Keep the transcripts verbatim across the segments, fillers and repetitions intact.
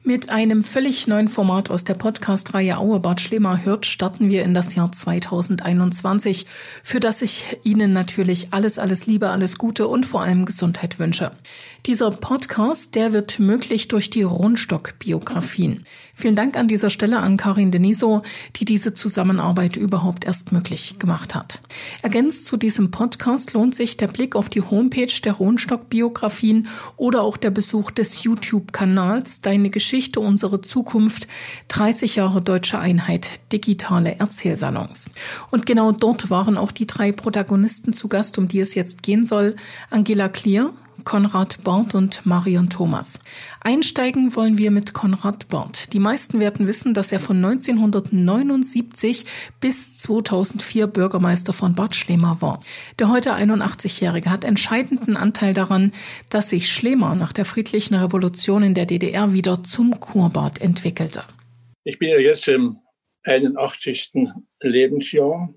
Mit einem völlig neuen Format aus der Podcast-Reihe Aue Bad Schlema hört starten wir in das Jahr zweitausendeinundzwanzig, für das ich Ihnen natürlich alles, alles Liebe, alles Gute und vor allem Gesundheit wünsche. Dieser Podcast, der wird möglich durch die Rohnstock-Biografien. Vielen Dank an dieser Stelle an Karin Deniso, die diese Zusammenarbeit überhaupt erst möglich gemacht hat. Ergänzt zu diesem Podcast lohnt sich der Blick auf die Homepage der Rohnstock-Biografien oder auch der Besuch des YouTube-Kanals Deine Geschichte, unsere Zukunft, dreißig Jahre Deutsche Einheit, digitale Erzählsalons. Und genau dort waren auch die drei Protagonisten zu Gast, um die es jetzt gehen soll: Angela Klier, Konrad Barth und Marion Thomas. Einsteigen wollen wir mit Konrad Barth. Die meisten werden wissen, dass er von neunzehnhundertneunundsiebzig bis zweitausendvier Bürgermeister von Bad Schlema war. Der heute einundachtzigjährige hat entscheidenden Anteil daran, dass sich Schlema nach der friedlichen Revolution in der D D R wieder zum Kurbad entwickelte. Ich bin ja jetzt im einundachtzigsten Lebensjahr.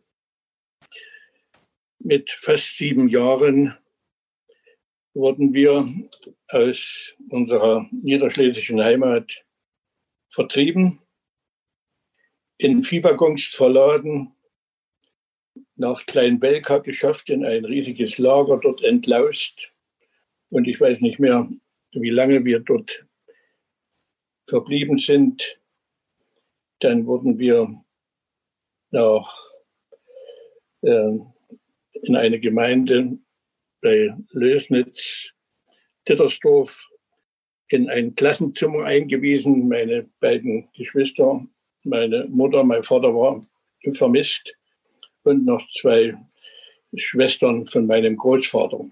Mit fast sieben Jahren wurden wir aus unserer niederschlesischen Heimat vertrieben, in Viehwaggons verladen, nach Kleinbelka geschafft, in ein riesiges Lager, dort entlaust. Und ich weiß nicht mehr, wie lange wir dort verblieben sind. Dann wurden wir nach, äh, in eine Gemeinde bei Lösnitz, Dittersdorf, in ein Klassenzimmer eingewiesen. Meine beiden Geschwister, meine Mutter, mein Vater war vermisst und noch zwei Schwestern von meinem Großvater.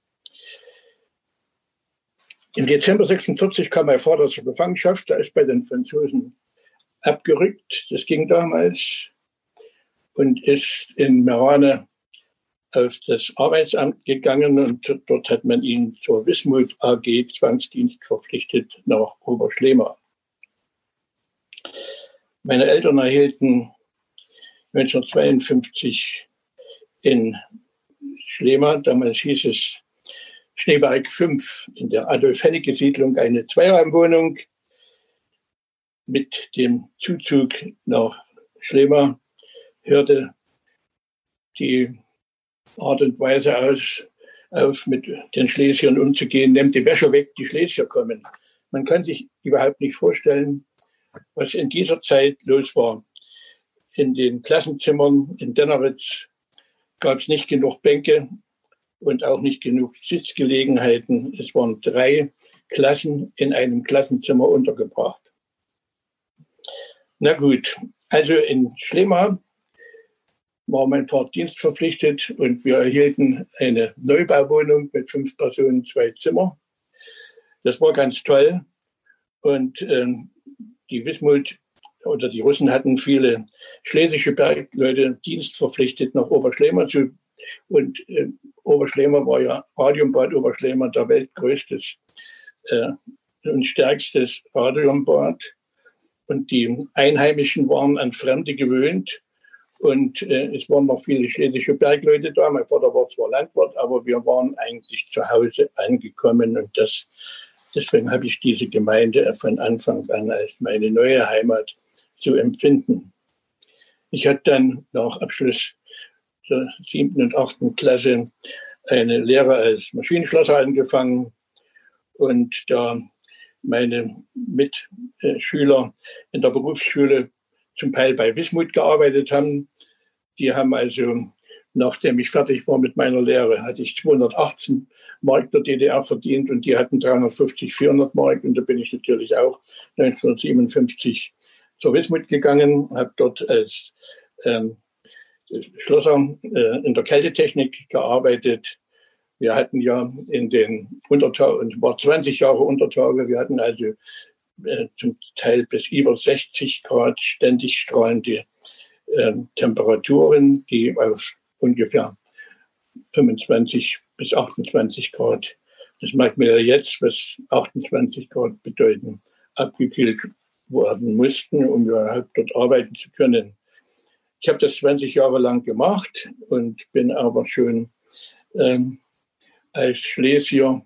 Im Dezember sechsundvierzig kam mein Vater zur Gefangenschaft. Er ist bei den Franzosen abgerückt. Das ging damals. Und ist in Merane auf das Arbeitsamt gegangen, und dort hat man ihn zur Wismut A G Zwangsdienst verpflichtet nach Oberschlema. Meine Eltern erhielten neunzehnhundertzweiundfünfzig in Schlema, damals hieß es Schneeberg fünf, in der Adolf-Hennecke-Siedlung, eine Zweiraumwohnung. Mit dem Zuzug nach Schlema hörte die Art und Weise aus, auf mit den Schlesiern umzugehen. Nehmt die Wäsche weg, die Schlesier kommen. Man kann sich überhaupt nicht vorstellen, was in dieser Zeit los war. In den Klassenzimmern in Denneritz gab es nicht genug Bänke und auch nicht genug Sitzgelegenheiten. Es waren drei Klassen in einem Klassenzimmer untergebracht. Na gut, also in Schlema war mein Vater dienstverpflichtet und wir erhielten eine Neubauwohnung mit fünf Personen, zwei Zimmer. Das war ganz toll. Und ähm, die Wismut oder die Russen hatten viele schlesische Bergleute dienstverpflichtet nach Oberschlema zu. Und äh, Oberschlema war ja Radiumbad Oberschlema, der weltgrößtes äh, und stärkstes Radiumbad. Und die Einheimischen waren an Fremde gewöhnt. Und äh, es waren noch viele schlesische Bergleute da. Mein Vater war zwar Landwirt, aber wir waren eigentlich zu Hause angekommen. Und das, deswegen habe ich diese Gemeinde von Anfang an als meine neue Heimat zu empfinden. Ich hatte dann nach Abschluss der siebten und achten Klasse eine Lehre als Maschinenschlosser angefangen. Und da meine Mitschüler in der Berufsschule zum Teil bei Wismut gearbeitet haben. Die haben also, nachdem ich fertig war mit meiner Lehre, hatte ich zweihundertachtzehn Mark der D D R verdient und die hatten dreihundertfünfzig, vierhundert Mark. Und da bin ich natürlich auch neunzehnhundertsiebenundfünfzig zur Wismut gegangen, habe dort als ähm, Schlosser äh, in der Kältetechnik gearbeitet. Wir hatten ja in den Untertagen, war zwanzig Jahre Untertage, wir hatten also äh, zum Teil bis über sechzig Grad ständig strahlende äh, Temperaturen, die auf ungefähr fünfundzwanzig bis achtundzwanzig Grad, das merkt man ja jetzt, was achtundzwanzig Grad bedeuten, abgekühlt werden mussten, um überhaupt dort arbeiten zu können. Ich habe das zwanzig Jahre lang gemacht und bin aber schon ähm, als Schlesier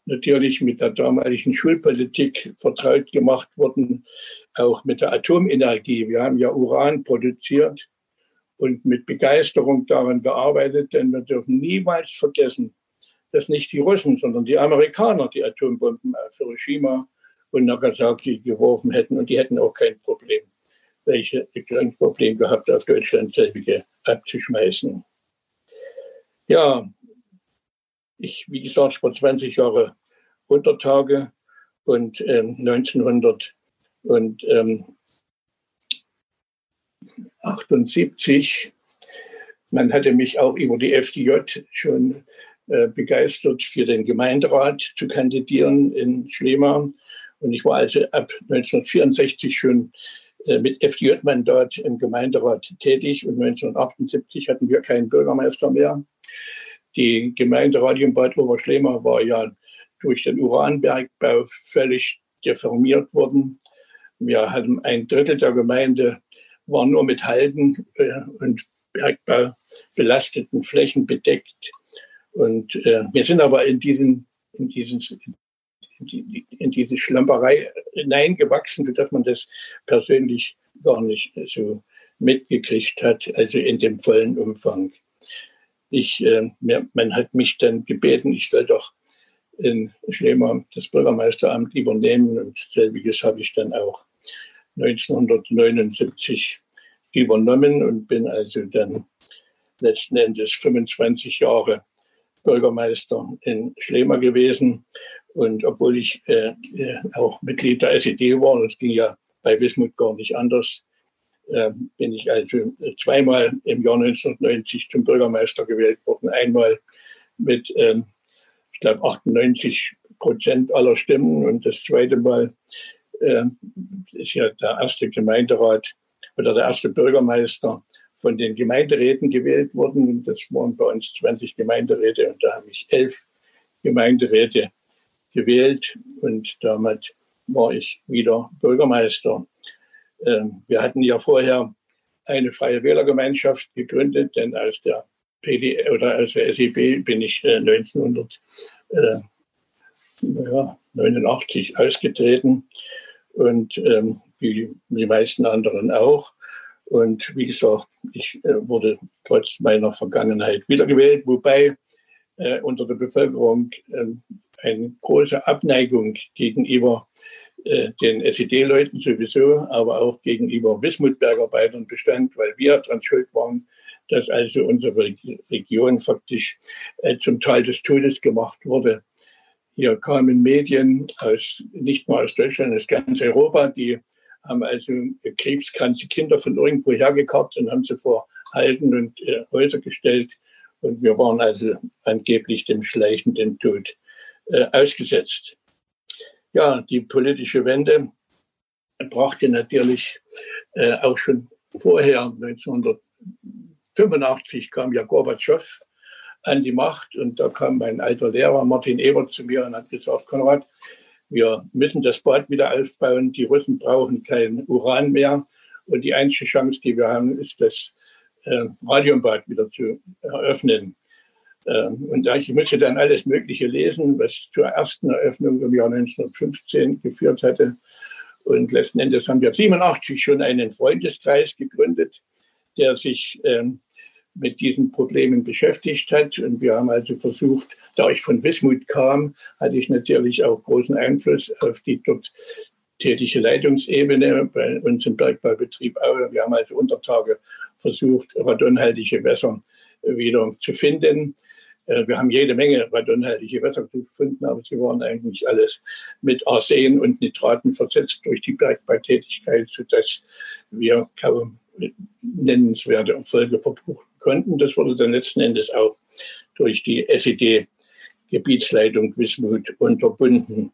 natürlich mit der damaligen Schulpolitik vertraut gemacht worden, auch mit der Atomenergie. Wir haben ja Uran produziert und mit Begeisterung daran gearbeitet, denn wir dürfen niemals vergessen, dass nicht die Russen, sondern die Amerikaner die Atombomben auf Hiroshima und Nagasaki geworfen hätten. Und die hätten auch kein Problem, welche kein Problem gehabt, auf Deutschland selbige abzuschmeißen. Ja, ich, wie gesagt, ich war zwanzig Jahre Untertage und ähm, neunzehnhundertachtundsiebzig, man hatte mich auch über die F D J schon äh, begeistert, für den Gemeinderat zu kandidieren in Schlema. Und ich war also ab neunzehnhundertvierundsechzig schon äh, mit F D J-Mandat im Gemeinderat tätig. Und neunzehnhundertachtundsiebzig hatten wir keinen Bürgermeister mehr. Die Gemeinderadio in Bad Oberschlema war ja durch den Uranbergbau völlig deformiert worden. Wir hatten ein Drittel der Gemeinde war nur mit Halden äh, und Bergbau belasteten Flächen bedeckt. Und äh, wir sind aber in diesen, in diesen, in, die, in diese Schlamperei hineingewachsen, sodass man das persönlich gar nicht so mitgekriegt hat, also in dem vollen Umfang. Ich, äh, mir, man hat mich dann gebeten, ich soll doch in Schlema das Bürgermeisteramt übernehmen, und selbiges habe ich dann auch neunzehnhundertneunundsiebzig übernommen und bin also dann letzten Endes fünfundzwanzig Jahre Bürgermeister in Schlema gewesen. Und obwohl ich äh, auch Mitglied der S E D war, und es ging ja bei Wismut gar nicht anders, äh, bin ich also zweimal im Jahr neunzehnhundertneunzig zum Bürgermeister gewählt worden. Einmal mit, äh, ich glaube, achtundneunzig Prozent aller Stimmen, und das zweite Mal äh, ist ja der erste Gemeinderat oder der erste Bürgermeister von den Gemeinderäten gewählt worden. Das waren bei uns zwanzig Gemeinderäte, und da habe ich elf Gemeinderäte gewählt, und damit war ich wieder Bürgermeister. Wir hatten ja vorher eine freie Wählergemeinschaft gegründet, denn aus der P D oder aus der S E B bin ich neunzehnhundertneunundachtzig ausgetreten, und wie die meisten anderen auch. Und wie gesagt, ich äh, wurde trotz meiner Vergangenheit wiedergewählt, wobei äh, unter der Bevölkerung äh, eine große Abneigung gegenüber äh, den S E D-Leuten sowieso, aber auch gegenüber Wismut-Bergarbeitern bestand, weil wir daran schuld waren, dass also unsere Region faktisch äh, zum Teil des Todes gemacht wurde. Hier kamen Medien aus, nicht nur aus Deutschland, aus ganz Europa, die haben also krebskranke Kinder von irgendwo hergekarrt und haben sie vor Halden und äh, Häuser gestellt. Und wir waren also angeblich dem schleichenden Tod äh, ausgesetzt. Ja, die politische Wende brachte natürlich äh, auch schon vorher, neunzehnhundertfünfundachtzig, kam ja Gorbatschow an die Macht. Und da kam mein alter Lehrer Martin Ebert zu mir und hat gesagt: Konrad, wir müssen das Bad wieder aufbauen. Die Russen brauchen kein Uran mehr. Und die einzige Chance, die wir haben, ist, das äh, Radiumbad wieder zu eröffnen. Ähm, und ich musste dann alles Mögliche lesen, was zur ersten Eröffnung im Jahr neunzehnhundertfünfzehn geführt hatte. Und letzten Endes haben wir siebenundachtzig schon einen Freundeskreis gegründet, der sich ähm, mit diesen Problemen beschäftigt hat. Und wir haben also versucht, da ich von Wismut kam, hatte ich natürlich auch großen Einfluss auf die dort tätige Leitungsebene bei uns im Bergbaubetrieb auch. Wir haben also unter Tage versucht, radonhaltige Wässer wieder zu finden. Wir haben jede Menge radonhaltige Wässer gefunden, aber sie waren eigentlich alles mit Arsen und Nitraten versetzt durch die Bergbautätigkeit, sodass wir kaum nennenswerte Erfolge verbuchen konnten. Das wurde dann letzten Endes auch durch die S E D-Gebietsleitung Wismut unterbunden.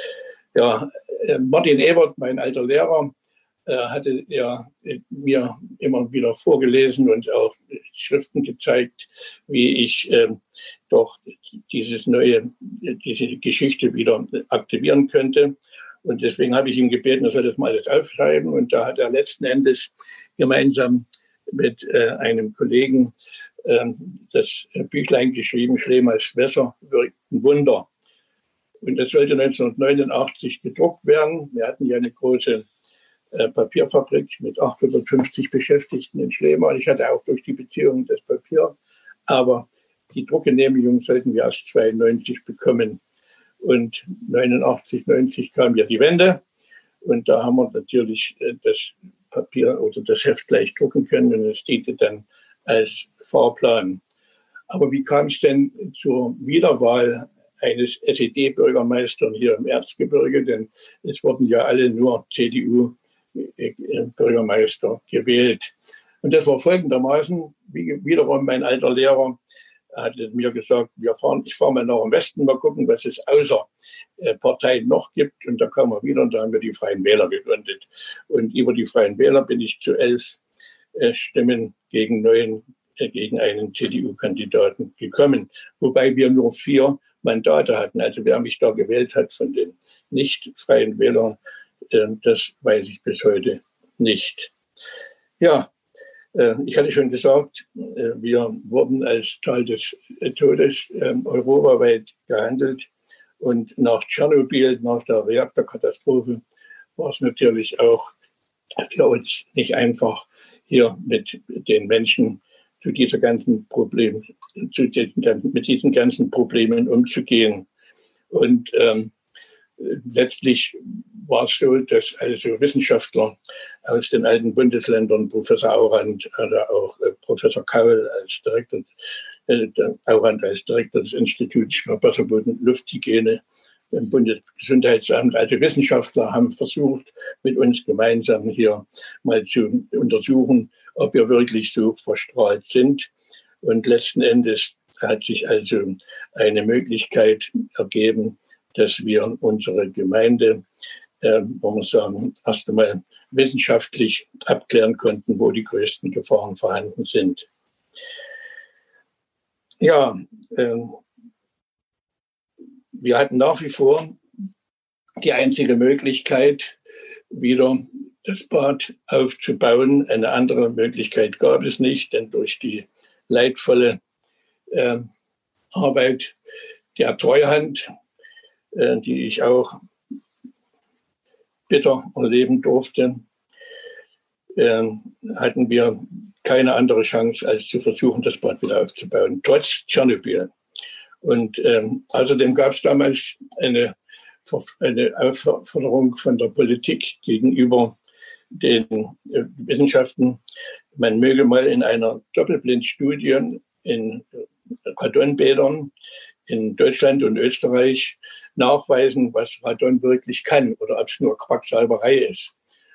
Ja, Martin Ebert, mein alter Lehrer, hatte ja mir immer wieder vorgelesen und auch Schriften gezeigt, wie ich äh, doch dieses neue, diese Geschichte wieder aktivieren könnte. Und deswegen habe ich ihn gebeten, er soll das mal alles aufschreiben. Und da hat er letzten Endes gemeinsam mit äh, einem Kollegen äh, das Büchlein geschrieben, Schlemas Wässer wirkten Wunder. Und das sollte neunzehnhundertneunundachtzig gedruckt werden. Wir hatten ja eine große äh, Papierfabrik mit achthundertfünfzig Beschäftigten in Schlema. Ich hatte auch durch die Beziehungen das Papier. Aber die Druckgenehmigung sollten wir erst zweiundneunzig bekommen. Und neunundachtzig, neunzig kam ja die Wende. Und da haben wir natürlich äh, das Papier oder das Heft gleich drucken können. Und es diente dann als Fahrplan. Aber wie kam es denn zur Wiederwahl eines S E D-Bürgermeisters hier im Erzgebirge? Denn es wurden ja alle nur C D U-Bürgermeister gewählt. Und das war folgendermaßen, wie wiederum mein alter Lehrer hatte mir gesagt, wir fahren, ich fahre mal nach dem Westen, mal gucken, was es außer äh, Parteien noch gibt. Und da kam er wieder und da haben wir die Freien Wähler gegründet. Und über die Freien Wähler bin ich zu elf äh, Stimmen gegen neun äh, gegen einen C D U-Kandidaten gekommen. Wobei wir nur vier Mandate hatten. Also wer mich da gewählt hat von den nicht-Freien Wählern, äh, das weiß ich bis heute nicht. Ja, ich hatte schon gesagt, wir wurden als Tal des Todes europaweit gehandelt. Und nach Tschernobyl, nach der Reaktorkatastrophe, war es natürlich auch für uns nicht einfach, hier mit den Menschen zu dieser ganzen Problem, zu diesen, mit diesen ganzen Problemen umzugehen. Und ähm, letztlich war es so, dass also Wissenschaftler aus den alten Bundesländern, Professor Aurand oder auch äh, Professor Kaul als Direktor, äh, Aurand als Direktor des Instituts für Wasserboden- und Lufthygiene im Bundesgesundheitsamt, also Wissenschaftler haben versucht, mit uns gemeinsam hier mal zu untersuchen, ob wir wirklich so verstrahlt sind. Und letzten Endes hat sich also eine Möglichkeit ergeben, dass wir unsere Gemeinde, äh, wollen wir sagen, erst einmal wissenschaftlich abklären konnten, wo die größten Gefahren vorhanden sind. Ja, äh, wir hatten nach wie vor die einzige Möglichkeit, wieder das Bad aufzubauen. Eine andere Möglichkeit gab es nicht, denn durch die leidvolle äh, Arbeit der Treuhand, äh, die ich auch bitter erleben durfte, äh, hatten wir keine andere Chance, als zu versuchen, das Bad wieder aufzubauen, trotz Tschernobyl. Und ähm, außerdem gab es damals eine, eine Aufforderung von der Politik gegenüber den äh, Wissenschaften, man möge mal in einer Doppelblindstudie in Radonbädern in Deutschland und Österreich nachweisen, was Radon wirklich kann oder ob es nur Quacksalberei ist.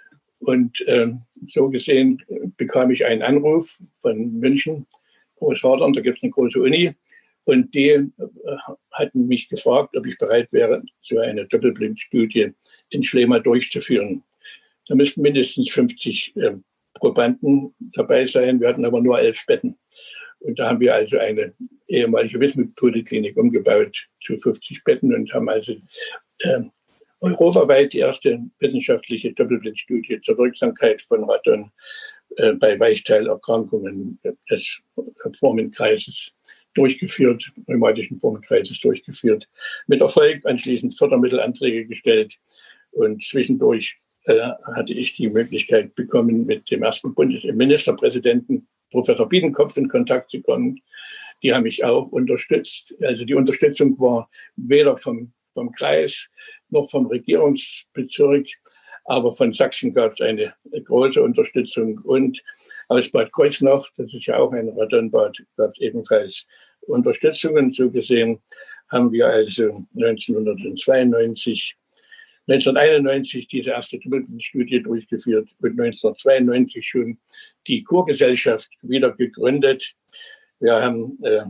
Und ähm, so gesehen bekam ich einen Anruf von München, Großhadern, da gibt es eine große Uni, und die äh, hatten mich gefragt, ob ich bereit wäre, so eine Doppelblindstudie in Schlema durchzuführen. Da müssten mindestens fünfzig äh, Probanden dabei sein, wir hatten aber nur elf Betten. Und da haben wir also eine ehemalige Wismut-Poliklinik umgebaut zu fünfzig Betten und haben also äh, europaweit die erste wissenschaftliche Doppelblindstudie zur Wirksamkeit von Radon äh, bei Weichteilerkrankungen des Formenkreises durchgeführt, rheumatischen Formenkreises durchgeführt, mit Erfolg, anschließend Fördermittelanträge gestellt. Und zwischendurch äh, hatte ich die Möglichkeit bekommen, mit dem ersten Bundesministerpräsidenten Professor Biedenkopf in Kontakt zu kommen. Die haben mich auch unterstützt. Also die Unterstützung war weder vom, vom Kreis noch vom Regierungsbezirk, aber von Sachsen gab es eine große Unterstützung. Und aus Bad Kreuznach, das ist ja auch ein Radonbad, gab es ebenfalls Unterstützungen. So gesehen haben wir also neunzehnhundertzweiundneunzig, neunzehnhunderteinundneunzig diese erste Doppelblindstudie durchgeführt und neunzehnhundertzweiundneunzig schon die Kurgesellschaft wieder gegründet. Wir haben äh,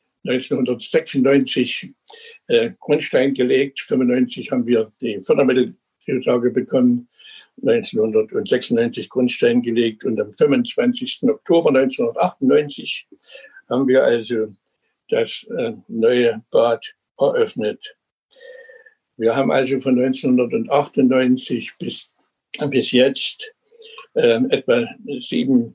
neunzehnhundertsechsundneunzig äh, Grundstein gelegt, fünfundneunzig haben wir die Fördermittelzusage bekommen, neunzehnhundertsechsundneunzig Grundstein gelegt und am fünfundzwanzigsten Oktober neunzehnhundertachtundneunzig haben wir also das äh, neue Bad eröffnet. Wir haben also von neunzehnhundertachtundneunzig bis, bis jetzt äh, etwa sieben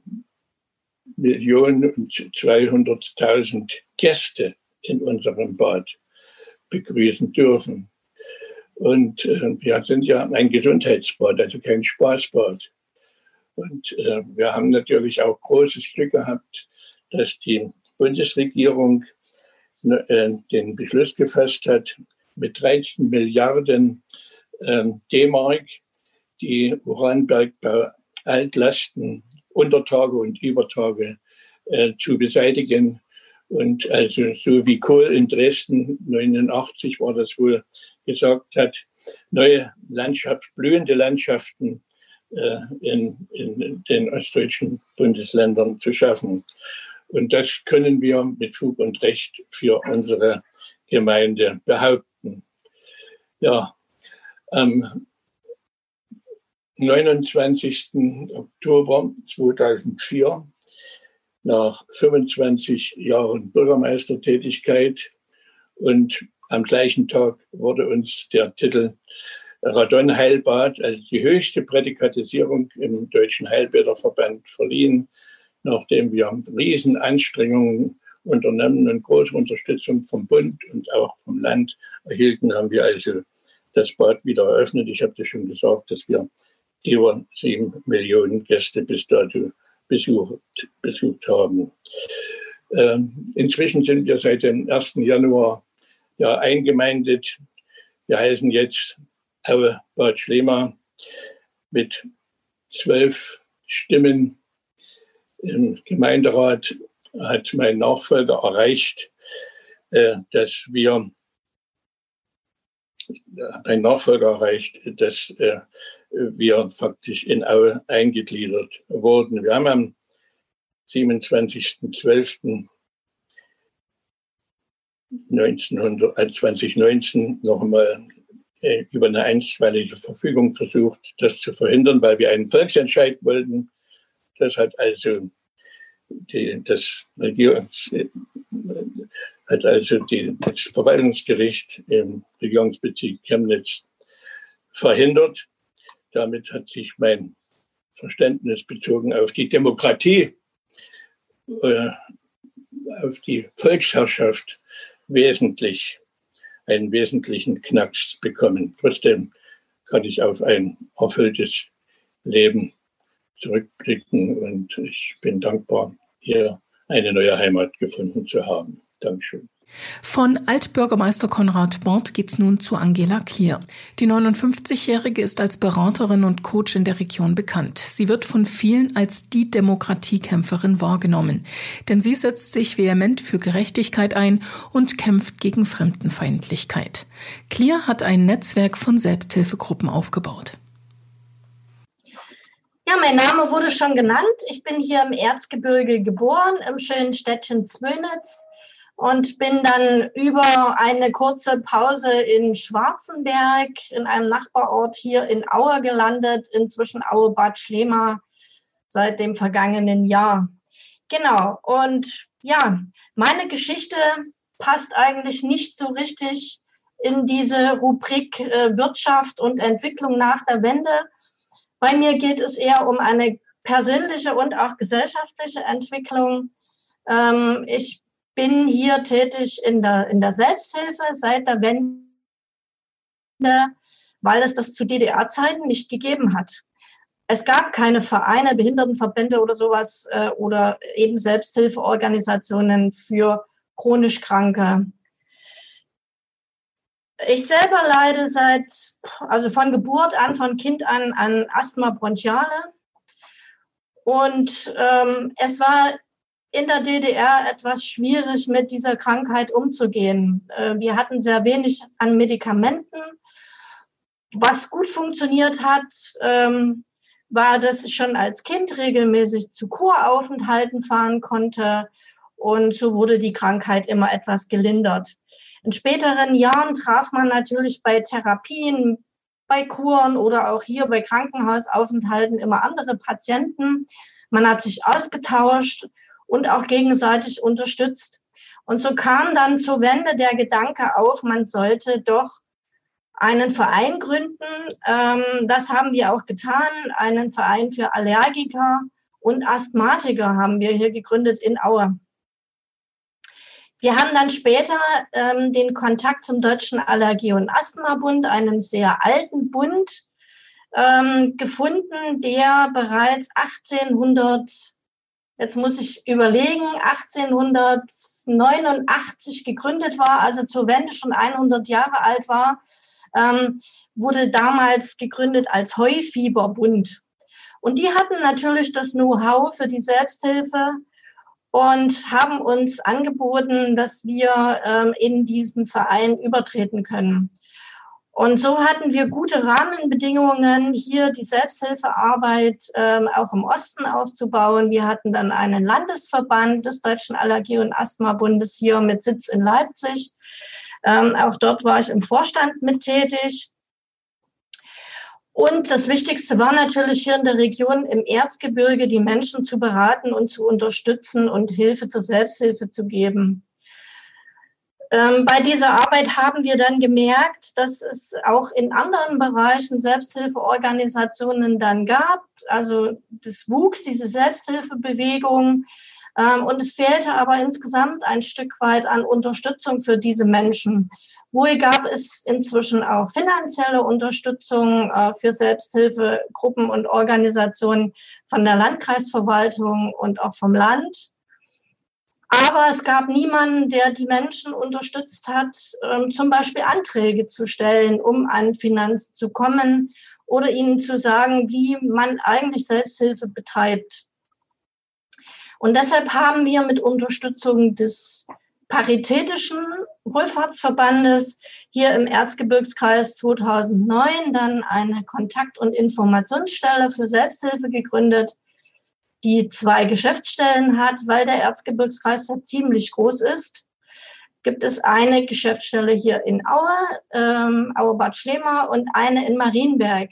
Millionen und zweihunderttausend Gäste in unserem Bad begrüßen dürfen. Und äh, wir sind ja ein Gesundheitsbad, also kein Spaßbad. Und äh, wir haben natürlich auch großes Glück gehabt, dass die Bundesregierung äh, den Beschluss gefasst hat, mit dreizehn Milliarden äh, D-Mark die Uranbergbau Altlasten, Untertage und Übertage äh, zu beseitigen. Und also so wie Kohl in Dresden neunundachtzig war das wohl gesagt hat, neue Landschaft, blühende Landschaften äh, in, in den ostdeutschen Bundesländern zu schaffen. Und das können wir mit Fug und Recht für unsere Gemeinde behaupten. Ja, am neunundzwanzigsten Oktober zweitausendvier, nach fünfundzwanzig Jahren Bürgermeistertätigkeit, und am gleichen Tag wurde uns der Titel Radonheilbad, also die höchste Prädikatisierung im Deutschen Heilbäderverband, verliehen, nachdem wir Riesenanstrengungen unternommen und große Unterstützung vom Bund und auch vom Land erhielten, haben wir also das Bad wieder eröffnet. Ich habe das schon gesagt, dass wir über sieben Millionen Gäste bis dato besucht, besucht haben. Ähm, inzwischen sind wir seit dem ersten Januar ja eingemeindet. Wir heißen jetzt Aue Bad Schlema mit zwölf Stimmen. Im Gemeinderat hat mein Nachfolger erreicht, äh, dass wir mein Nachfolger erreicht, dass äh, wir faktisch in Aue eingegliedert wurden. Wir haben am siebenundzwanzigsten zwölften zweitausendneunzehn noch einmal äh, über eine einstweilige Verfügung versucht, das zu verhindern, weil wir einen Volksentscheid wollten. Das hat also die, das Regierungs, hat also die, das Verwaltungsgericht im Regierungsbezirk Chemnitz verhindert. Damit hat sich mein Verständnis bezogen auf die Demokratie, äh, auf die Volksherrschaft wesentlich, einen wesentlichen Knacks bekommen. Trotzdem kann ich auf ein erfülltes Leben zurückblicken und ich bin dankbar, hier eine neue Heimat gefunden zu haben. Dankeschön. Von Altbürgermeister Konrad Bort geht's nun zu Angela Klier. Die neunundfünfzigjährige ist als Beraterin und Coach in der Region bekannt. Sie wird von vielen als die Demokratiekämpferin wahrgenommen. Denn sie setzt sich vehement für Gerechtigkeit ein und kämpft gegen Fremdenfeindlichkeit. Klier hat ein Netzwerk von Selbsthilfegruppen aufgebaut. Ja, mein Name wurde schon genannt. Ich bin hier im Erzgebirge geboren, im schönen Städtchen Zwönitz. Und bin dann über eine kurze Pause in Schwarzenberg, in einem Nachbarort hier in Aue gelandet, inzwischen Aue Bad Schlema seit dem vergangenen Jahr. Genau, und ja, meine Geschichte passt eigentlich nicht so richtig in diese Rubrik äh, Wirtschaft und Entwicklung nach der Wende. Bei mir geht es eher um eine persönliche und auch gesellschaftliche Entwicklung. Ähm, ich bin hier tätig in der, in der Selbsthilfe seit der Wende, weil es das zu D D R-Zeiten nicht gegeben hat. Es gab keine Vereine, Behindertenverbände oder sowas äh, oder eben Selbsthilfeorganisationen für chronisch Kranke. Ich selber leide seit, also von Geburt an, von Kind an, an Asthma bronchiale. Und ähm, es war in der D D R etwas schwierig, mit dieser Krankheit umzugehen. Äh, wir hatten sehr wenig an Medikamenten. Was gut funktioniert hat, ähm, war, dass ich schon als Kind regelmäßig zu Kuraufenthalten fahren konnte. Und so wurde die Krankheit immer etwas gelindert. In späteren Jahren traf man natürlich bei Therapien, bei Kuren oder auch hier bei Krankenhausaufenthalten immer andere Patienten. Man hat sich ausgetauscht und auch gegenseitig unterstützt. Und so kam dann zur Wende der Gedanke auf, man sollte doch einen Verein gründen. Ähm, das haben wir auch getan. Einen Verein für Allergiker und Asthmatiker haben wir hier gegründet in Aue. Wir haben dann später ähm, den Kontakt zum Deutschen Allergie- und Asthma-Bund, einem sehr alten Bund, ähm, gefunden, der bereits achtzehnhundert, jetzt muss ich überlegen, achtzehnhundertneunundachtzig gegründet war, also zur Wende schon hundert Jahre alt war, ähm, wurde damals gegründet als Heufieberbund. Und die hatten natürlich das Know-how für die Selbsthilfe und haben uns angeboten, dass wir ähm, in diesen Verein übertreten können. Und so hatten wir gute Rahmenbedingungen, hier die Selbsthilfearbeit ähm, auch im Osten aufzubauen. Wir hatten dann einen Landesverband des Deutschen Allergie- und Asthma-Bundes hier mit Sitz in Leipzig. Ähm, auch dort war ich im Vorstand mit tätig. Und das Wichtigste war natürlich hier in der Region im Erzgebirge, die Menschen zu beraten und zu unterstützen und Hilfe zur Selbsthilfe zu geben. Ähm, bei dieser Arbeit haben wir dann gemerkt, dass es auch in anderen Bereichen Selbsthilfeorganisationen dann gab. Also das wuchs, diese Selbsthilfebewegung. Ähm, und es fehlte aber insgesamt ein Stück weit an Unterstützung für diese Menschen. Wohl gab es inzwischen auch finanzielle Unterstützung äh, für Selbsthilfegruppen und Organisationen von der Landkreisverwaltung und auch vom Land. Aber es gab niemanden, der die Menschen unterstützt hat, ähm, zum Beispiel Anträge zu stellen, um an Finanzen zu kommen oder ihnen zu sagen, wie man eigentlich Selbsthilfe betreibt. Und deshalb haben wir mit Unterstützung des Paritätischen Wohlfahrtsverbandes hier im Erzgebirgskreis zweitausendneun dann eine Kontakt- und Informationsstelle für Selbsthilfe gegründet, die zwei Geschäftsstellen hat, weil der Erzgebirgskreis ja ziemlich groß ist. Gibt es eine Geschäftsstelle hier in Aue, ähm, Aue-Bad Schlema und eine in Marienberg.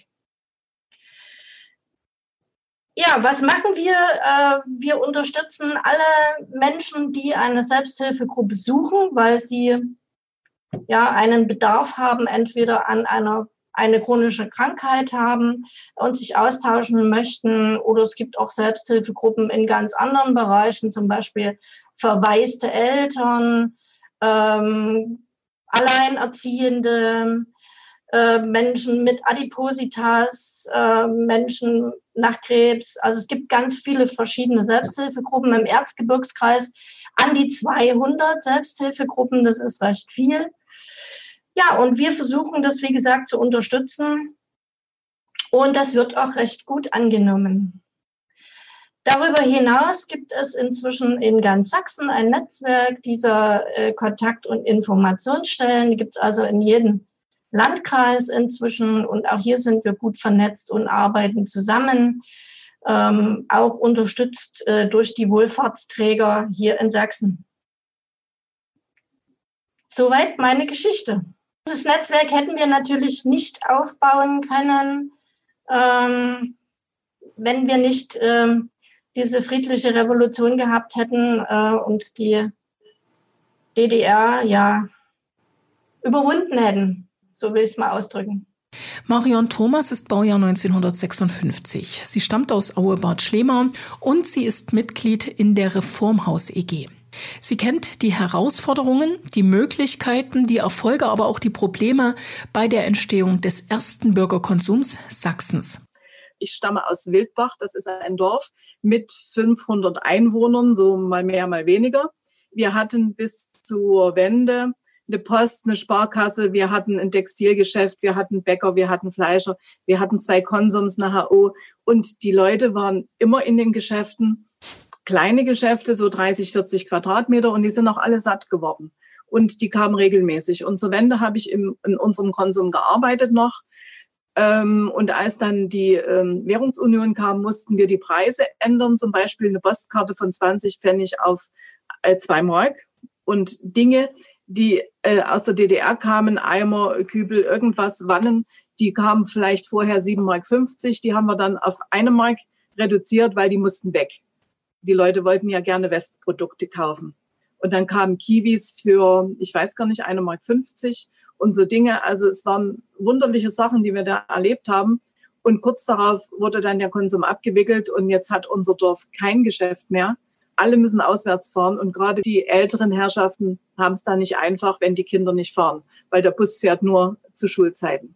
Ja, was machen wir? Äh, wir unterstützen alle Menschen, die eine Selbsthilfegruppe suchen, weil sie ja einen Bedarf haben, entweder an einer eine chronische Krankheit haben und sich austauschen möchten. Oder es gibt auch Selbsthilfegruppen in ganz anderen Bereichen, zum Beispiel verwaiste Eltern, ähm, Alleinerziehende, äh, Menschen mit Adipositas, äh, Menschen nach Krebs. Also es gibt ganz viele verschiedene Selbsthilfegruppen im Erzgebirgskreis. An die zweihundert Selbsthilfegruppen, das ist recht viel. Ja, und wir versuchen das, wie gesagt, zu unterstützen. Und das wird auch recht gut angenommen. Darüber hinaus gibt es inzwischen in ganz Sachsen ein Netzwerk dieser äh, Kontakt- und Informationsstellen. Die gibt es also in jedem Landkreis inzwischen. Und auch hier sind wir gut vernetzt und arbeiten zusammen. Ähm, auch unterstützt äh, durch die Wohlfahrtsträger hier in Sachsen. Soweit meine Geschichte. Dieses Netzwerk hätten wir natürlich nicht aufbauen können, ähm, wenn wir nicht ähm, diese friedliche Revolution gehabt hätten äh, und die D D R ja überwunden hätten. So will ich es mal ausdrücken. Marion Thomas ist Baujahr neunzehnhundertsechsundfünfzig. Sie stammt aus Aue-Bad Schlema und sie ist Mitglied in der Reformhaus E G. Sie kennt die Herausforderungen, die Möglichkeiten, die Erfolge, aber auch die Probleme bei der Entstehung des ersten Bürgerkonsums Sachsens. Ich stamme aus Wildbach, das ist ein Dorf mit fünfhundert Einwohnern, so mal mehr, mal weniger. Wir hatten bis zur Wende eine Post, eine Sparkasse, wir hatten ein Textilgeschäft, wir hatten Bäcker, wir hatten Fleischer, wir hatten zwei Konsums, eine H O und die Leute waren immer in den Geschäften. Kleine Geschäfte, so dreißig, vierzig Quadratmeter und die sind auch alle satt geworden. Und die kamen regelmäßig. Und zur Wende habe ich im, in unserem Konsum gearbeitet noch. Ähm, und als dann die ähm, Währungsunion kam, mussten wir die Preise ändern. Zum Beispiel eine Postkarte von zwanzig Pfennig auf äh, zwei Mark. Und Dinge, die äh, aus der D D R kamen, Eimer, Kübel, irgendwas, Wannen, die kamen vielleicht vorher sieben Mark fünfzig. Die haben wir dann auf eine Mark reduziert, weil die mussten weg. Die Leute wollten ja gerne Westprodukte kaufen. Und dann kamen Kiwis für, ich weiß gar nicht, eine Mark fünfzig und so Dinge. Also es waren wunderliche Sachen, die wir da erlebt haben. Und kurz darauf wurde dann der Konsum abgewickelt und jetzt hat unser Dorf kein Geschäft mehr. alle müssen auswärts fahren und gerade die älteren Herrschaften haben es da nicht einfach, wenn die Kinder nicht fahren, weil der Bus fährt nur zu Schulzeiten.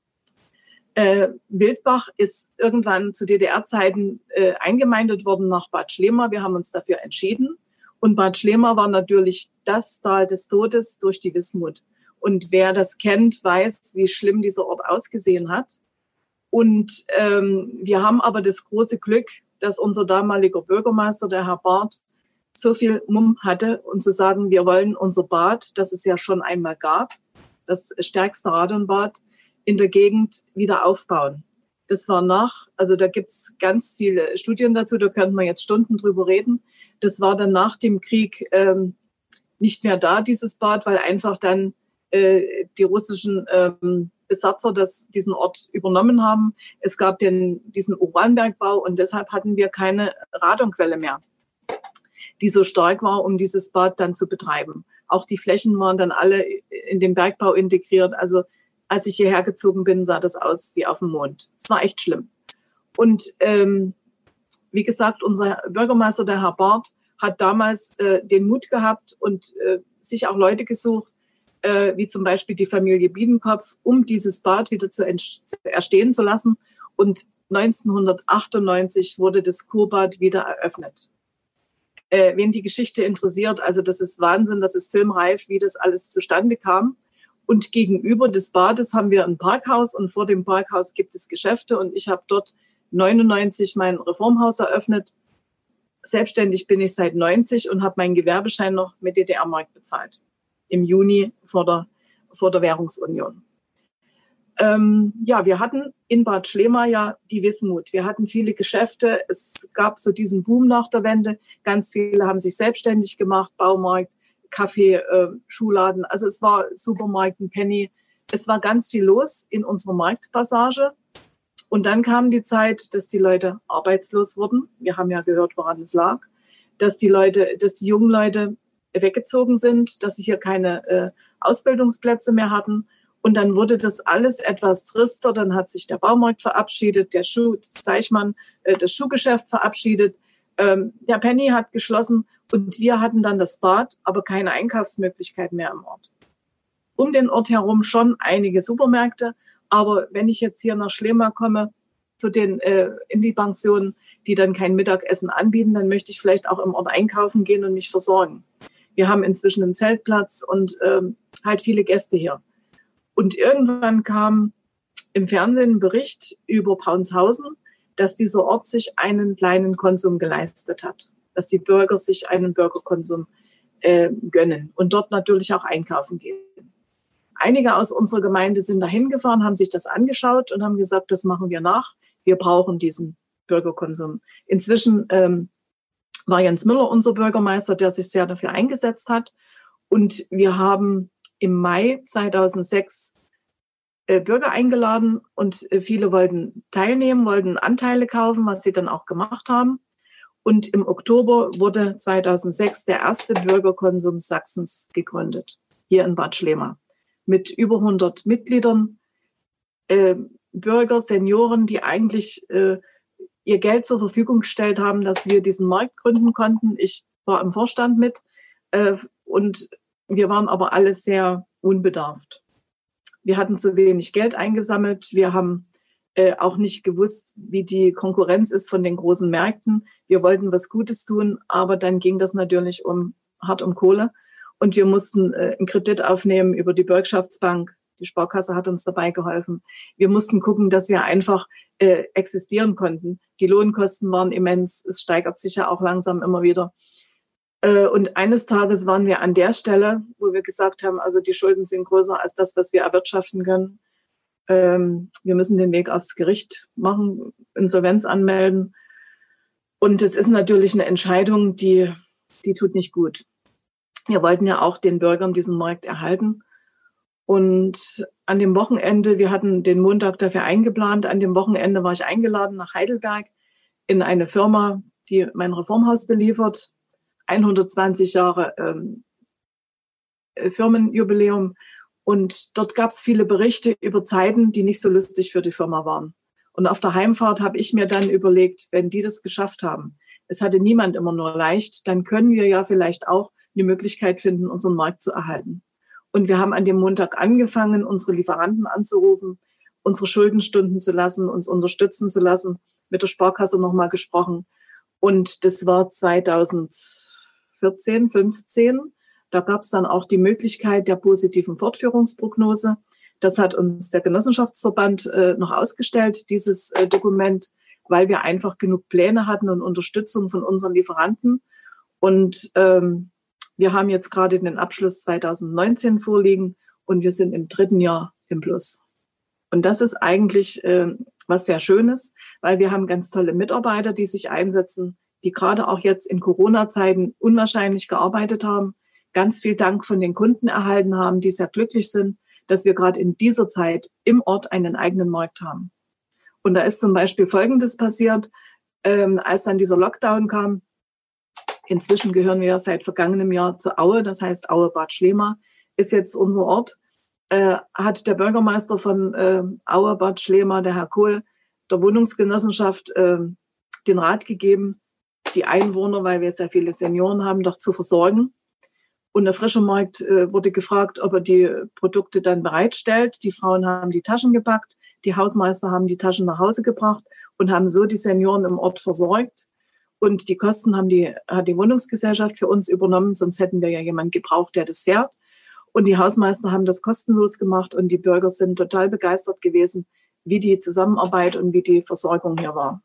Äh, Wildbach ist irgendwann zu D D R-Zeiten äh, eingemeindet worden nach Bad Schlema. Wir haben uns dafür entschieden. Und Bad Schlema war natürlich das Tal des Todes durch die Wismut. Und wer das kennt, weiß, wie schlimm dieser Ort ausgesehen hat. Und ähm, wir haben aber das große Glück, dass unser damaliger Bürgermeister, der Herr Barth, so viel Mumm hatte, um zu sagen, wir wollen unser Bad, das es ja schon einmal gab, das stärkste Radonbad in der Gegend, wieder aufbauen. Das war nach, also da gibt's ganz viele Studien dazu, da könnten wir jetzt Stunden drüber reden. Das war dann nach dem Krieg ähm, nicht mehr da, dieses Bad, weil einfach dann äh, die russischen ähm, Besatzer das, diesen Ort übernommen haben. Es gab den, diesen Uranbergbau und deshalb hatten wir keine Radonquelle mehr, die so stark war, um dieses Bad dann zu betreiben. Auch die Flächen waren dann alle in den Bergbau integriert. Also als ich hierher gezogen bin, sah das aus wie auf dem Mond. Es war echt schlimm. Und ähm, wie gesagt, unser Bürgermeister, der Herr Barth, hat damals äh, den Mut gehabt und äh, sich auch Leute gesucht, äh, wie zum Beispiel die Familie Biedenkopf, um dieses Bad wieder zu, zu erstehen zu lassen. Und neunzehnhundertachtundneunzig wurde das Kurbad wieder eröffnet. Äh, wen die Geschichte interessiert, also das ist Wahnsinn, das ist filmreif, wie das alles zustande kam. Und gegenüber des Bades haben wir ein Parkhaus und vor dem Parkhaus gibt es Geschäfte und ich habe dort neunundneunzig mein Reformhaus eröffnet. Selbstständig bin ich seit neunzig und habe meinen Gewerbeschein noch mit D D R-Mark bezahlt. Im Juni vor der, vor der Währungsunion. Ähm, ja, wir hatten in Bad Schlema ja die Wismut. Wir hatten viele Geschäfte. Es gab so diesen Boom nach der Wende. Ganz viele haben sich selbstständig gemacht, Baumarkt, Kaffee, äh, Schuhladen. Also es war Supermarkt, ein Penny. Es war ganz viel los in unserer Marktpassage. Und dann kam die Zeit, dass die Leute arbeitslos wurden. Wir haben ja gehört, woran es lag. Dass die Leute, dass die jungen Leute weggezogen sind, dass sie hier keine äh, Ausbildungsplätze mehr hatten. Und dann wurde das alles etwas trister. Dann hat sich der Baumarkt verabschiedet, der Schuh, das Zeichmann, äh, das Schuhgeschäft verabschiedet. Ähm, der Penny hat geschlossen und wir hatten dann das Bad, aber keine Einkaufsmöglichkeit mehr im Ort. Um den Ort herum schon einige Supermärkte. Aber wenn ich jetzt hier nach Schlema komme, zu den äh, in die Pensionen, die dann kein Mittagessen anbieten, dann möchte ich vielleicht auch im Ort einkaufen gehen und mich versorgen. Wir haben inzwischen einen Zeltplatz und ähm, halt viele Gäste hier. Und irgendwann kam im Fernsehen ein Bericht über Paunshausen, dass dieser Ort sich einen kleinen Konsum geleistet hat, dass die Bürger sich einen Bürgerkonsum äh, gönnen und dort natürlich auch einkaufen gehen. Einige aus unserer Gemeinde sind dahin gefahren, haben sich das angeschaut und haben gesagt, das machen wir nach. Wir brauchen diesen Bürgerkonsum. Inzwischen ähm, war Jens Müller unser Bürgermeister, der sich sehr dafür eingesetzt hat. Und wir haben im Mai zweitausendsechs äh, Bürger eingeladen und äh, viele wollten teilnehmen, wollten Anteile kaufen, was sie dann auch gemacht haben. Und im Oktober wurde zweitausendsechs der erste Bürgerkonsum Sachsens gegründet, hier in Bad Schlema. Mit über hundert Mitgliedern, äh, Bürger, Senioren, die eigentlich äh, ihr Geld zur Verfügung gestellt haben, dass wir diesen Markt gründen konnten. Ich war im Vorstand mit äh, und wir waren aber alle sehr unbedarft. Wir hatten zu wenig Geld eingesammelt. Wir haben äh, auch nicht gewusst, wie die Konkurrenz ist von den großen Märkten. Wir wollten was Gutes tun, aber dann ging das natürlich um hart um Kohle. Und wir mussten äh, einen Kredit aufnehmen über die Bürgschaftsbank. Die Sparkasse hat uns dabei geholfen. Wir mussten gucken, dass wir einfach äh, existieren konnten. Die Lohnkosten waren immens. Es steigert sich ja auch langsam immer wieder. Äh, und eines Tages waren wir an der Stelle, wo wir gesagt haben, also die Schulden sind größer als das, was wir erwirtschaften können. Ähm, wir müssen den Weg aufs Gericht machen, Insolvenz anmelden. Und es ist natürlich eine Entscheidung, die, die tut nicht gut. Wir wollten ja auch den Bürgern diesen Markt erhalten. Und an dem Wochenende, wir hatten den Montag dafür eingeplant, an dem Wochenende war ich eingeladen nach Heidelberg in eine Firma, die mein Reformhaus beliefert. hundertzwanzig Jahre ähm, Firmenjubiläum. Und dort gab es viele Berichte über Zeiten, die nicht so lustig für die Firma waren. Und auf der Heimfahrt habe ich mir dann überlegt, wenn die das geschafft haben, es hatte niemand immer nur leicht, dann können wir ja vielleicht auch eine Möglichkeit finden, unseren Markt zu erhalten. Und wir haben an dem Montag angefangen, unsere Lieferanten anzurufen, unsere Schulden stunden zu lassen, uns unterstützen zu lassen, mit der Sparkasse nochmal gesprochen. Und das war zweitausendvierzehn, fünfzehn. Da gab es dann auch die Möglichkeit der positiven Fortführungsprognose. Das hat uns der Genossenschaftsverband äh, noch ausgestellt, dieses äh, Dokument, weil wir einfach genug Pläne hatten und Unterstützung von unseren Lieferanten. Und ähm, wir haben jetzt gerade den Abschluss zweitausendneunzehn vorliegen und wir sind im dritten Jahr im Plus. Und das ist eigentlich äh, was sehr Schönes, weil wir haben ganz tolle Mitarbeiter, die sich einsetzen, die gerade auch jetzt in Corona-Zeiten unwahrscheinlich gearbeitet haben, ganz viel Dank von den Kunden erhalten haben, die sehr glücklich sind, dass wir gerade in dieser Zeit im Ort einen eigenen Markt haben. Und da ist zum Beispiel Folgendes passiert, ähm, als dann dieser Lockdown kam. Inzwischen gehören wir seit vergangenem Jahr zu Aue, das heißt Aue Bad Schlema ist jetzt unser Ort. Äh, hat der Bürgermeister von äh, Aue Bad Schlema, der Herr Kohl, der Wohnungsgenossenschaft äh, den Rat gegeben, die Einwohner, weil wir sehr viele Senioren haben, doch zu versorgen. Und der Frischermarkt äh, wurde gefragt, ob er die Produkte dann bereitstellt. Die Frauen haben die Taschen gepackt, die Hausmeister haben die Taschen nach Hause gebracht und haben so die Senioren im Ort versorgt. Und die Kosten haben die, hat die Wohnungsgesellschaft für uns übernommen, sonst hätten wir ja jemanden gebraucht, der das fährt. Und die Hausmeister haben das kostenlos gemacht und die Bürger sind total begeistert gewesen, wie die Zusammenarbeit und wie die Versorgung hier war.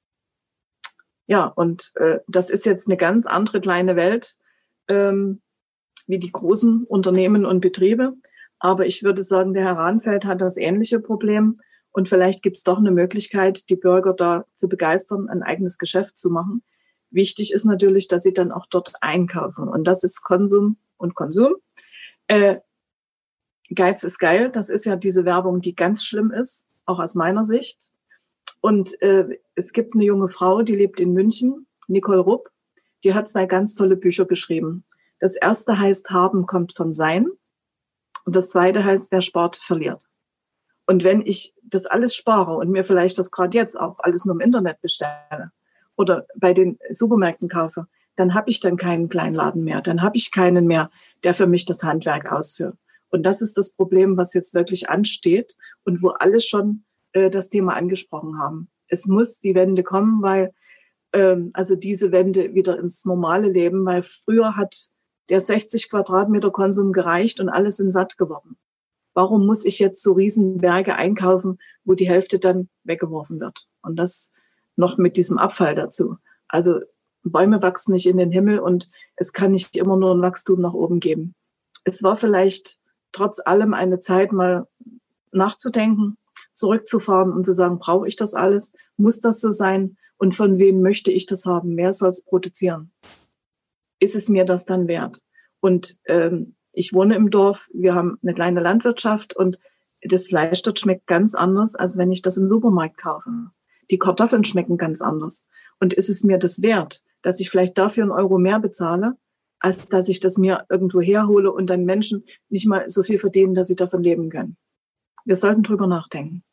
Ja, und äh, das ist jetzt eine ganz andere kleine Welt, ähm, wie die großen Unternehmen und Betriebe. Aber ich würde sagen, der Herr Rahnfeld hat das ähnliche Problem. Und vielleicht gibt es doch eine Möglichkeit, die Bürger da zu begeistern, ein eigenes Geschäft zu machen. Wichtig ist natürlich, dass sie dann auch dort einkaufen. Und das ist Konsum und Konsum. Äh, Geiz ist geil. Das ist ja diese Werbung, die ganz schlimm ist, auch aus meiner Sicht. Und äh, es gibt eine junge Frau, die lebt in München, Nicole Rupp. Die hat zwei ganz tolle Bücher geschrieben. Das erste heißt Haben kommt von Sein. Und das zweite heißt Wer spart, verliert. Und wenn ich das alles spare und mir vielleicht das gerade jetzt auch alles nur im Internet bestelle oder bei den Supermärkten kaufe, dann habe ich dann keinen Kleinladen mehr. Dann habe ich keinen mehr, der für mich das Handwerk ausführt. Und das ist das Problem, was jetzt wirklich ansteht und wo alle schon äh, das Thema angesprochen haben. Es muss die Wende kommen, weil ähm, also diese Wende wieder ins normale Leben, weil früher hat der sechzig Quadratmeter Konsum gereicht und alle sind satt geworden. Warum muss ich jetzt so Riesenberge einkaufen, wo die Hälfte dann weggeworfen wird? Und das noch mit diesem Abfall dazu. Also Bäume wachsen nicht in den Himmel und es kann nicht immer nur ein Wachstum nach oben geben. Es war vielleicht trotz allem eine Zeit, mal nachzudenken, zurückzufahren und zu sagen, brauche ich das alles? Muss das so sein? Und von wem möchte ich das haben? Wer soll es produzieren? Ist es mir das dann wert? Und ähm, ich wohne im Dorf, wir haben eine kleine Landwirtschaft und das Fleisch dort schmeckt ganz anders, als wenn ich das im Supermarkt kaufe. Die Kartoffeln schmecken ganz anders. Und ist es mir das wert, dass ich vielleicht dafür einen Euro mehr bezahle, als dass ich das mir irgendwo herhole und dann Menschen nicht mal so viel verdienen, dass sie davon leben können? Wir sollten drüber nachdenken.